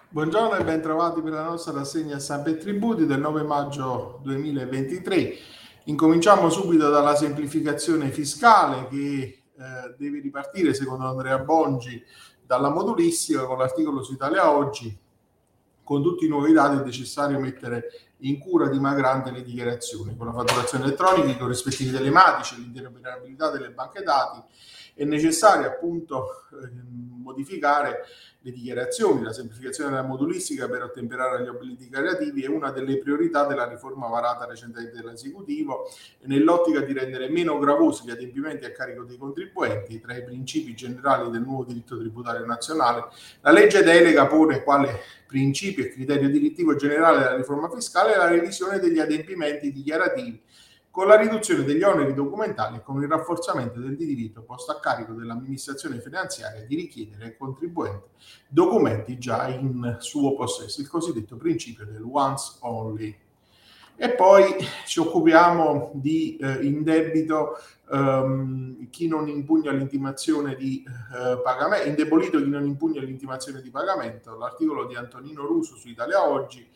Buongiorno e bentrovati per la nostra rassegna Stampa e Tributi del 9 maggio 2023. Incominciamo subito dalla semplificazione fiscale che deve ripartire, secondo Andrea Bongi, dalla modulistica con l'articolo su Italia Oggi. Con tutti i nuovi dati è necessario mettere in cura dimagrante le dichiarazioni. Con la fatturazione elettronica, i corrispettivi telematici e l'interoperabilità delle banche dati è necessario appunto modificare le dichiarazioni. La semplificazione della modulistica per ottemperare agli obblighi dichiarativi è una delle priorità della riforma varata recentemente dall'esecutivo e nell'ottica di rendere meno gravosi gli adempimenti a carico dei contribuenti. Tra i principi generali del nuovo diritto tributario nazionale, la legge delega pone quale principio e criterio direttivo generale della riforma fiscale la revisione degli adempimenti dichiarativi con la riduzione degli oneri documentali e con il rafforzamento del diritto posto a carico dell'amministrazione finanziaria di richiedere ai contribuenti documenti già in suo possesso, il cosiddetto principio del once only. E poi ci occupiamo di indebito chi non impugna l'intimazione di pagamento, indebolito chi non impugna l'intimazione di pagamento. L'articolo di Antonino Russo su Italia Oggi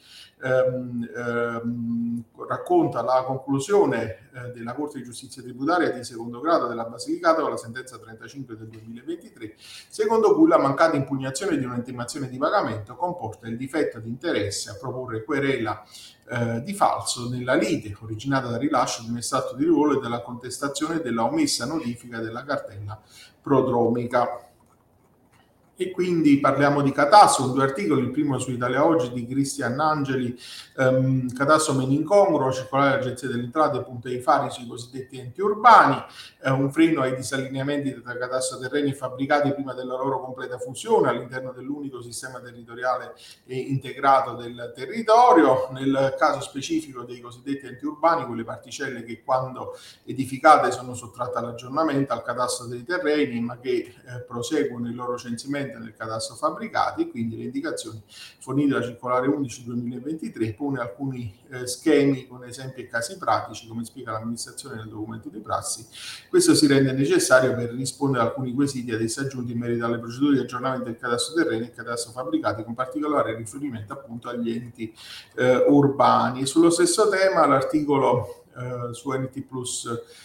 racconta la conclusione della Corte di Giustizia Tributaria di secondo grado della Basilicata con la sentenza 35 del 2023, secondo cui la mancata impugnazione di un'intimazione di pagamento comporta il difetto di interesse a proporre querela di falso nella lite originata dal rilascio di un estratto di ruolo e dalla contestazione della omessa notifica della cartella prodromica. E quindi parliamo di catasto, due articoli, il primo su Italia Oggi di Cristian Angeli, catasto meno incongruo, circolare dell'Agenzia delle Entrate, punta i fari sui cosiddetti enti urbani, un freno ai disallineamenti tra catasto terreni e fabbricati prima della loro completa fusione all'interno dell'unico sistema territoriale integrato del territorio. Nel caso specifico dei cosiddetti enti urbani, quelle particelle che quando edificate sono sottratte all'aggiornamento, al catasto dei terreni, ma che proseguono il loro censimento nel catasto fabbricati, quindi le indicazioni fornite dalla circolare 11/2023 pone alcuni schemi con esempi e casi pratici, come spiega l'amministrazione nel documento di prassi. Questo si rende necessario per rispondere a alcuni quesiti ad essa aggiunti in merito alle procedure di aggiornamento del catasto terreni e catasto fabbricati, con particolare riferimento appunto agli enti urbani. Sullo stesso tema l'articolo su NT Plus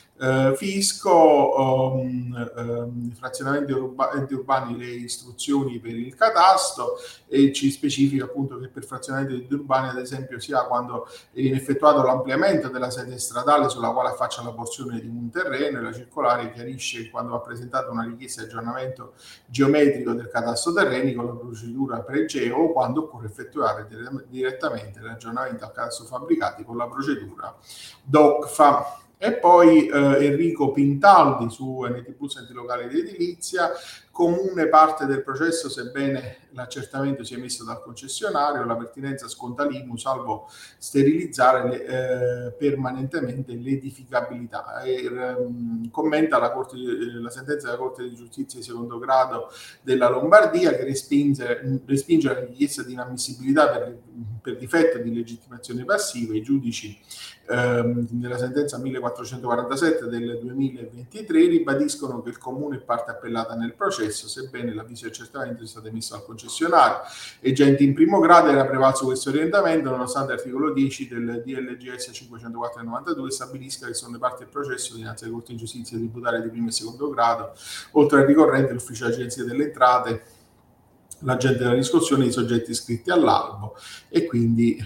fisco, frazionamenti enti urbani, le istruzioni per il catasto, e ci specifica appunto che per frazionamenti enti urbani ad esempio sia quando viene effettuato l'ampliamento della sede stradale sulla quale affaccia la porzione di un terreno, e la circolare chiarisce che quando va presentata una richiesta di aggiornamento geometrico del catasto terreni con la procedura pregeo, o quando occorre effettuare direttamente l'aggiornamento al catasto fabbricati con la procedura DOCFA. E poi Enrico Pintaldi su NT Plus Enti Locali di Edilizia, comune parte del processo sebbene l'accertamento sia emesso dal concessionario, la pertinenza sconta l'IMU salvo sterilizzare permanentemente l'edificabilità. Commenta la sentenza della Corte di Giustizia di secondo grado della Lombardia che respinge la richiesta di inammissibilità per difetto di legittimazione passiva. I giudici nella sentenza 1447 del 2023 ribadiscono che il comune è parte appellata nel processo, sebbene l'avviso di accertamento sia stato emesso al concessionario e già in primo grado era prevalso questo orientamento, nonostante l'articolo 10 del DLGS 504 del 92 stabilisca che sono le parti del processo dinanzi alle Corti di Giustizia tributaria di primo e secondo grado, oltre al ricorrente l'Ufficio Agenzia delle Entrate, l'agente della riscossione dei soggetti iscritti all'albo. E quindi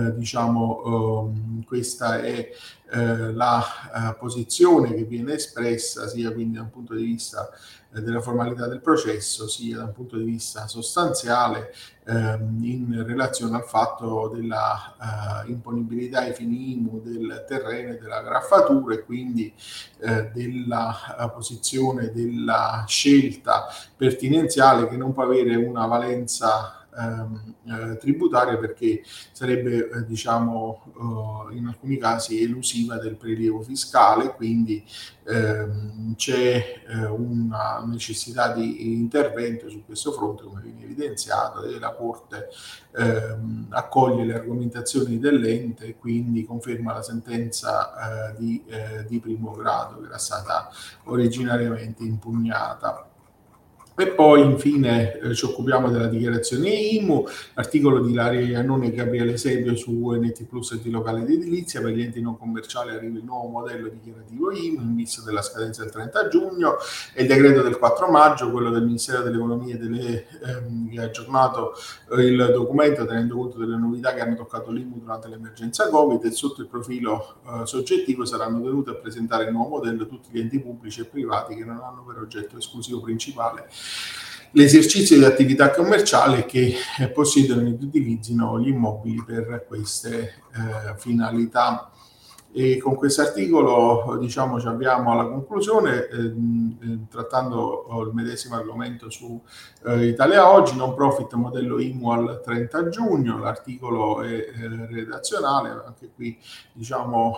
questa è la posizione che viene espressa sia quindi da un punto di vista della formalità del processo sia da un punto di vista sostanziale in relazione al fatto della imponibilità ai fini IMU del terreno e della graffatura, e quindi della posizione della scelta pertinenziale che non può avere una valenza tributaria, perché sarebbe in alcuni casi elusiva del prelievo fiscale, quindi c'è una necessità di intervento su questo fronte, come viene evidenziato, e la Corte accoglie le argomentazioni dell'ente e quindi conferma la sentenza di primo grado che era stata originariamente impugnata. E poi infine ci occupiamo della dichiarazione IMU, articolo di Ilaria Iannone e Gabriele Sebio su UNT Plus enti locali di edilizia. Per gli enti non commerciali arriva il nuovo modello dichiarativo IMU in vista della scadenza del 30 giugno e il decreto del 4 maggio, quello del Ministero dell'Economia che ha aggiornato il documento tenendo conto delle novità che hanno toccato l'IMU durante l'emergenza Covid, e sotto il profilo soggettivo saranno tenuti a presentare il nuovo modello tutti gli enti pubblici e privati che non hanno per oggetto esclusivo principale l'esercizio di attività commerciali che possiedono ed utilizzino gli immobili per queste finalità. E con questo articolo diciamo ci avviamo alla conclusione trattando il medesimo argomento su Italia Oggi, non profit modello IMU al 30 giugno, l'articolo è redazionale, anche qui diciamo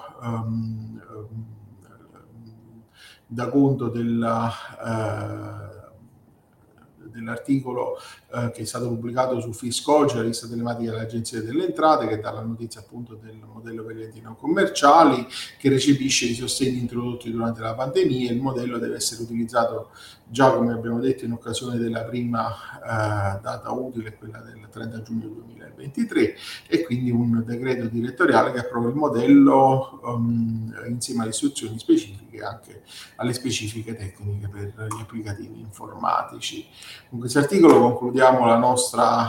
da conto dell'articolo che è stato pubblicato su Fiscogi, la lista telematica dell'Agenzia delle Entrate, che dà la notizia appunto del modello per gli enti non commerciali, che recepisce i sostegni introdotti durante la pandemia. Il modello deve essere utilizzato già, come abbiamo detto, in occasione della prima data utile, quella del 30 giugno 2023, e quindi un decreto direttoriale che approva il modello insieme alle istruzioni specifiche, anche alle specifiche tecniche per gli applicativi informatici. Con questo articolo concludiamo la nostra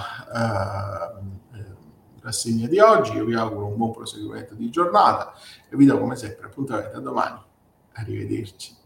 rassegna di oggi. Io vi auguro un buon proseguimento di giornata e vi do come sempre appuntamento a domani. Arrivederci.